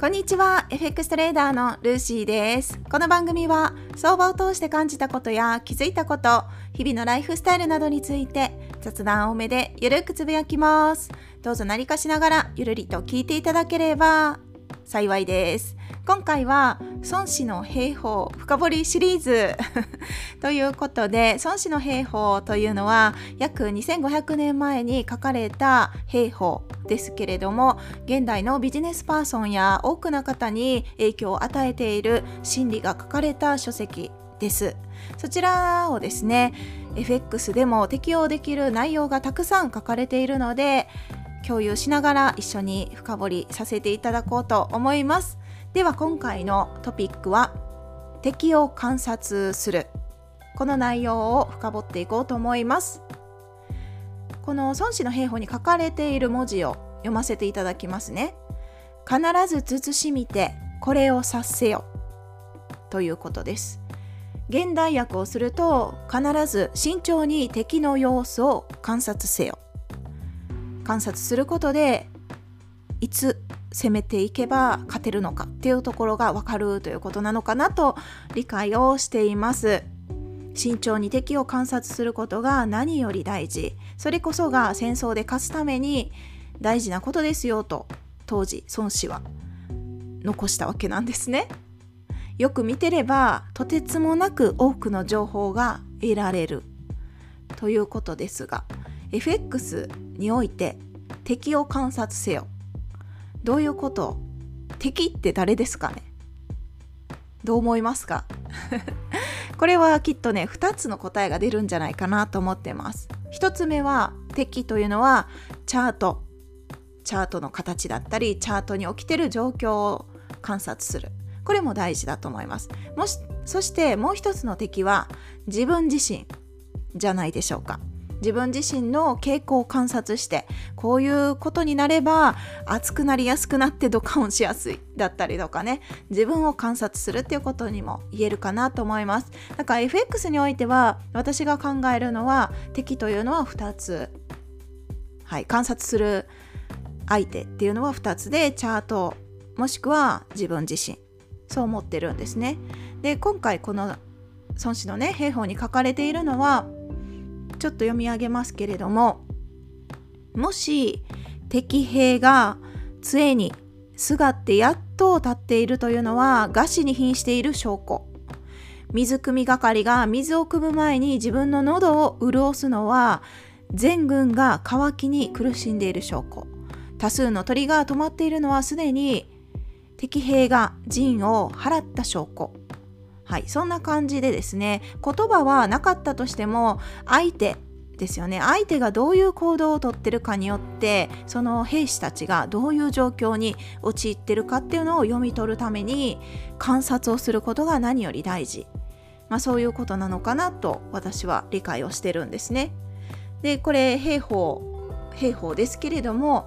こんにちは、FX トレーダーのルーシーです。この番組は相場を通して感じたことや気づいたこと、日々のライフスタイルなどについて雑談多めでゆるくつぶやきます。どうぞ何かしながらゆるりと聞いていただければ幸いです。今回は孫子の兵法深掘りシリーズということで、孫子の兵法というのは約2500年前に書かれた兵法ですけれども、現代のビジネスパーソンや多くの方に影響を与えている心理が書かれた書籍です。そちらをですね、FX でも適用できる内容がたくさん書かれているので、共有しながら一緒に深掘りさせていただこうと思います。では今回のトピックは敵を観察する、この内容を深掘っていこうと思います。この孫子の兵法に書かれている文字を読ませていただきますね。必ず慎みてこれを察せよということです。現代訳をすると、必ず慎重に敵の様子を観察せよ。観察することでいつ攻めていけば勝てるのかっていうところが分かるということなのかなと理解をしています。慎重に敵を観察することが何より大事、それこそが戦争で勝つために大事なことですよと当時孫子は残したわけなんですね。よく見てればとてつもなく多くの情報が得られるということですが、 FX において敵を観察せよ、どういうこと？敵って誰ですかね？どう思いますか？これはきっとね、2つの答えが出るんじゃないかなと思ってます。1つ目は、敵というのはチャートの形だったり、チャートに起きている状況を観察する、これも大事だと思います。そしてもう一つの敵は自分自身じゃないでしょうか。自分自身の傾向を観察して、こういうことになれば熱くなりやすくなってドカンしやすいだったりとかね、自分を観察するっていうことにも言えるかなと思います。だから FX においては私が考えるのは、敵というのは2つ、観察する相手っていうのは2つで、チャートもしくは自分自身、そう思ってるんですね。で、今回この孫子のね兵法に書かれているのは、ちょっと読み上げますけれども、もし敵兵が杖にすがってやっと立っているというのは餓死に瀕している証拠。水汲み係が水を汲む前に自分の喉を潤すのは全軍が渇きに苦しんでいる証拠。多数の鳥が止まっているのはすでに敵兵が陣を払った証拠。そんな感じでですね、言葉はなかったとしても相手ですよね。相手がどういう行動をとってるかによって、その兵士たちがどういう状況に陥ってるかっていうのを読み取るために観察をすることが何より大事、そういうことなのかなと私は理解をしてるんですね。で、これ兵法ですけれども、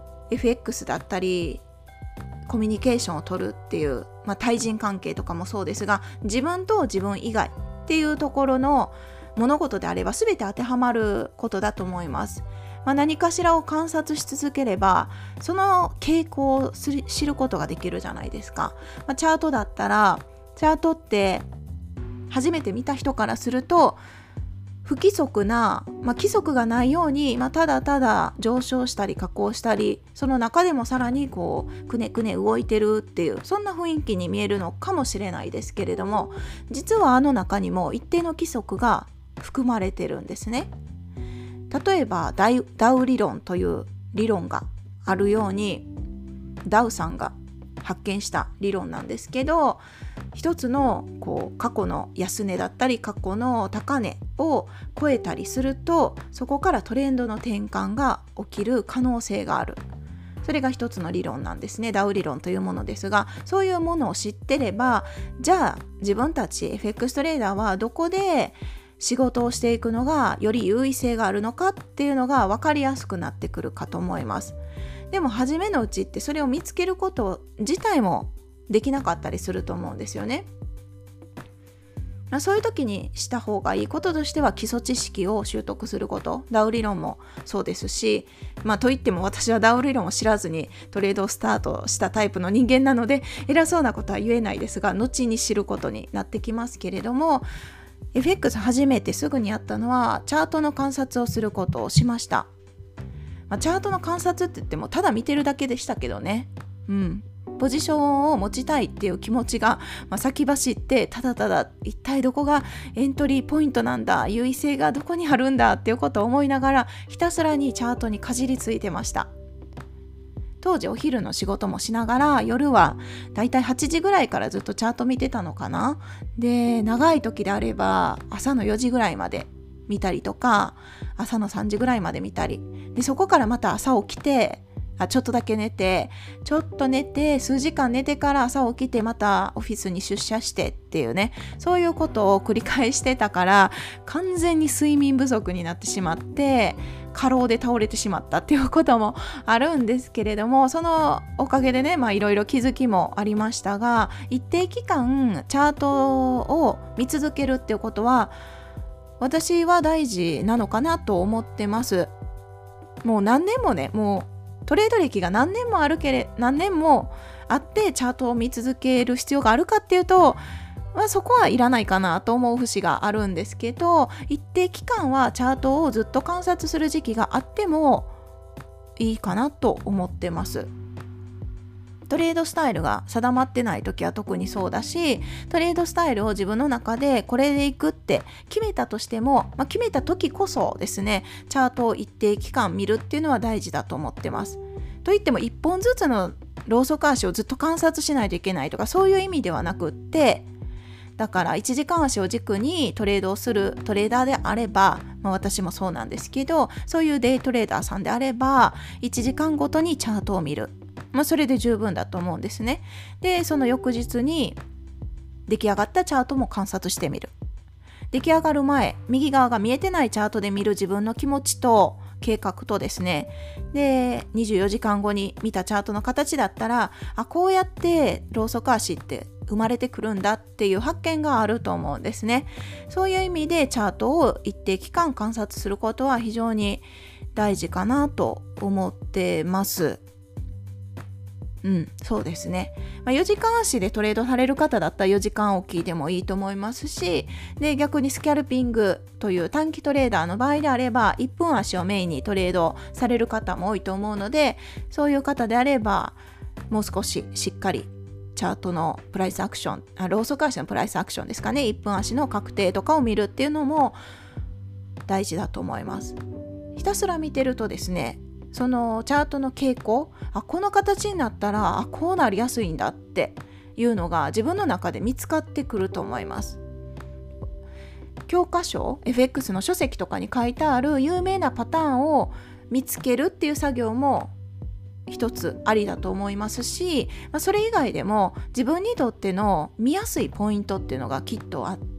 FX だったりコミュニケーションを取るっていう、対人関係とかもそうですが、自分と自分以外っていうところの物事であれば全て当てはまることだと思います。何かしらを観察し続ければその傾向を知ることができるじゃないですか。チャートだったら、チャートって初めて見た人からすると不規則な、規則がないように、ただただ上昇したり下降したり、その中でもさらにくねくね動いてるっていう、そんな雰囲気に見えるのかもしれないですけれども、実はあの中にも一定の規則が含まれてるんですね。例えばダウ理論という理論があるように、ダウさんが発見した理論なんですけど、一つの過去の安値だったり過去の高値を超えたりすると、そこからトレンドの転換が起きる可能性がある。それが一つの理論なんですね。ダウ理論というものですが、そういうものを知ってれば、じゃあ自分たち FX トレーダーはどこで仕事をしていくのがより優位性があるのかっていうのが分かりやすくなってくるかと思います。でも初めのうちってそれを見つけること自体もできなかったりすると思うんですよね。 そういう時にした方がいいこととしては基礎知識を習得すること、ダウ理論もそうですし、といっても私はダウ理論を知らずにトレードをスタートしたタイプの人間なので偉そうなことは言えないですが、後に知ることになってきますけれども、FX 始めてすぐにやったのはチャートの観察をすることをしました。チャートの観察って言ってもただ見てるだけでしたけどね、ポジションを持ちたいっていう気持ちが、先走って、ただただ一体どこがエントリーポイントなんだ、優位性がどこにあるんだっていうことを思いながらひたすらにチャートにかじりついてました。当時お昼の仕事もしながら、夜はだいたい8時ぐらいからずっとチャート見てたのかな。で、長い時であれば朝の4時ぐらいまで見たりとか、朝の3時ぐらいまで見たりで、そこからまた朝起きてちょっとだけ寝て、数時間寝てから朝起きてまたオフィスに出社してっていうね、そういうことを繰り返してたから、完全に睡眠不足になってしまって過労で倒れてしまったっていうこともあるんですけれども、そのおかげでね、いろいろ気づきもありましたが、一定期間チャートを見続けるっていうことは私は大事なのかなと思ってます。もう何年もね、もうトレード歴が何年もあってチャートを見続ける必要があるかっていうと、そこはいらないかなと思う節があるんですけど、一定期間はチャートをずっと観察する時期があってもいいかなと思ってます。トレードスタイルが定まってない時は特にそうだし、トレードスタイルを自分の中でこれでいくって決めたとしても、決めた時こそですね、チャートを一定期間見るっていうのは大事だと思ってます。といっても1本ずつのローソク足をずっと観察しないといけないとか、そういう意味ではなくって、だから1時間足を軸にトレードをするトレーダーであれば、私もそうなんですけど、そういうデイトレーダーさんであれば1時間ごとにチャートを見る、それで十分だと思うんですね。で、その翌日に出来上がったチャートも観察してみる。出来上がる前、右側が見えてないチャートで見る自分の気持ちと計画とですね、で24時間後に見たチャートの形だったら、こうやってローソク足って生まれてくるんだっていう発見があると思うんですね。そういう意味でチャートを一定期間観察することは非常に大事かなと思ってます。そうですね。4時間足でトレードされる方だったら4時間おきでもいいと思いますし、で逆にスキャルピングという短期トレーダーの場合であれば1分足をメインにトレードされる方も多いと思うので、そういう方であればもう少ししっかりチャートのプライスアクション、ローソク足のプライスアクションですかね、1分足の確定とかを見るっていうのも大事だと思います。ひたすら見てるとですね、そのチャートの傾向、この形になったらこうなりやすいんだっていうのが自分の中で見つかってくると思います。教科書 FX の書籍とかに書いてある有名なパターンを見つけるっていう作業も一つありだと思いますし、それ以外でも自分にとっての見やすいポイントっていうのがきっとあって、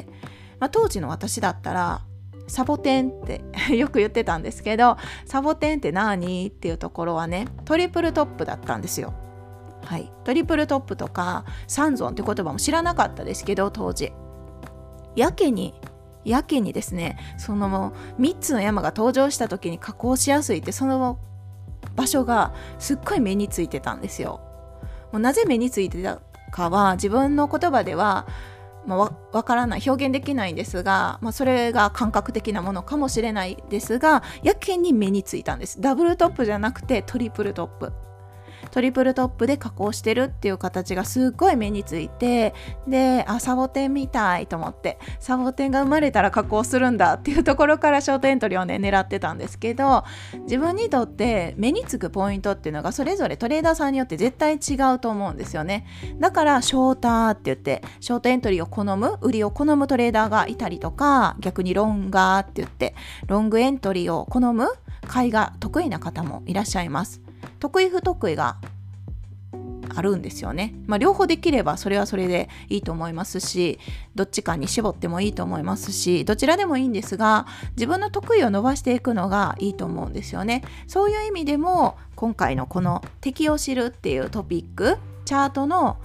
当時の私だったらサボテンってよく言ってたんですけど、サボテンって何っていうところはね、トリプルトップだったんですよ。トリプルトップとか三尊って言葉も知らなかったですけど、当時やけにですね、その3つの山が登場した時に加工しやすいって、その場所がすっごい目についてたんですよ。もうなぜ目についてたかは自分の言葉ではわからない、表現できないんですが、それが感覚的なものかもしれないですが、やけに目についたんです。ダブルトップじゃなくてトリプルトップで加工してるっていう形がすっごい目について、でサボテンみたいと思って、サボテンが生まれたら加工するんだっていうところからショートエントリーをね狙ってたんですけど、自分にとって目につくポイントっていうのがそれぞれトレーダーさんによって絶対違うと思うんですよね。だからショーターって言ってショートエントリーを好む、売りを好むトレーダーがいたりとか、逆にロンガーって言ってロングエントリーを好む買いが得意な方もいらっしゃいます。得意不得意があるんですよね。両方できればそれはそれでいいと思いますし、どっちかに絞ってもいいと思いますし、どちらでもいいんですが、自分の得意を伸ばしていくのがいいと思うんですよね。そういう意味でも今回のこの敵を知るっていうトピック、チャートの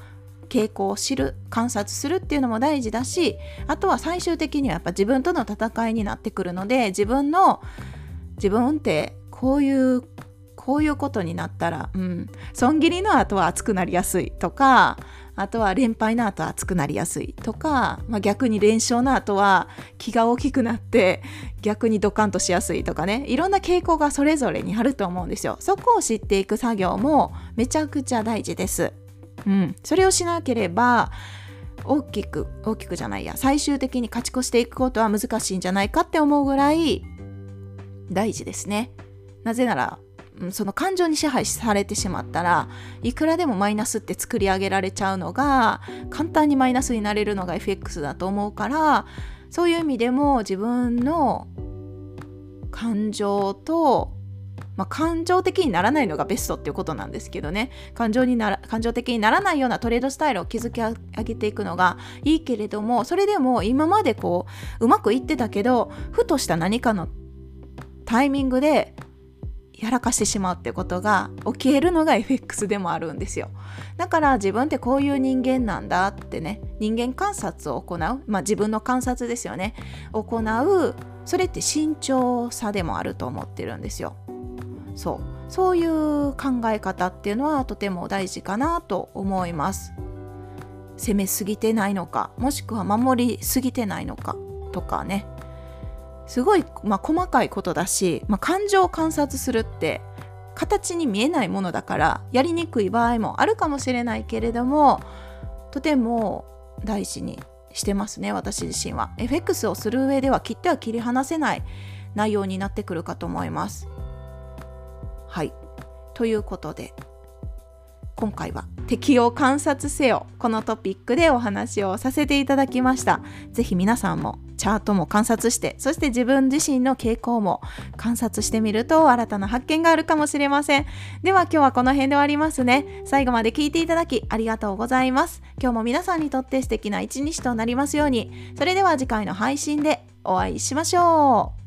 傾向を知る、観察するっていうのも大事だし、あとは最終的にはやっぱ自分との戦いになってくるので、自分ってこういうことになったら、損切りの後は熱くなりやすいとか、あとは連敗の後は熱くなりやすいとか、逆に連勝の後は気が大きくなって逆にドカンとしやすいとかね、いろんな傾向がそれぞれにあると思うんですよ。そこを知っていく作業もめちゃくちゃ大事です。それをしなければ大きくじゃないや、最終的に勝ち越していくことは難しいんじゃないかって思うぐらい大事ですね。なぜならその感情に支配されてしまったら、いくらでもマイナスって作り上げられちゃうのが、簡単にマイナスになれるのが FX だと思うから、そういう意味でも自分の感情と、感情的にならないのがベストっていうことなんですけどね、感情的にならないようなトレードスタイルを築き上げていくのがいいけれども、それでも今までうまくいってたけど、ふとした何かのタイミングでやらかしてしまうってことが起きるのが FX でもあるんですよ。だから自分ってこういう人間なんだってね、人間観察を行う、自分の観察ですよね、行う、それって慎重さでもあると思ってるんですよ。そういう考え方っていうのはとても大事かなと思います。攻めすぎてないのか、もしくは守りすぎてないのかとかね、すごい、細かいことだし、感情を観察するって形に見えないものだからやりにくい場合もあるかもしれないけれども、とても大事にしてますね、私自身は。 FX をする上では切っては切り離せない内容になってくるかと思います。はい、ということで今回は敵を観察せよ、このトピックでお話をさせていただきました。ぜひ皆さんもチャートも観察して、そして自分自身の傾向も観察してみると新たな発見があるかもしれません。では今日はこの辺で終わりますね。最後まで聞いていただきありがとうございます。今日も皆さんにとって素敵な一日となりますように。それでは次回の配信でお会いしましょう。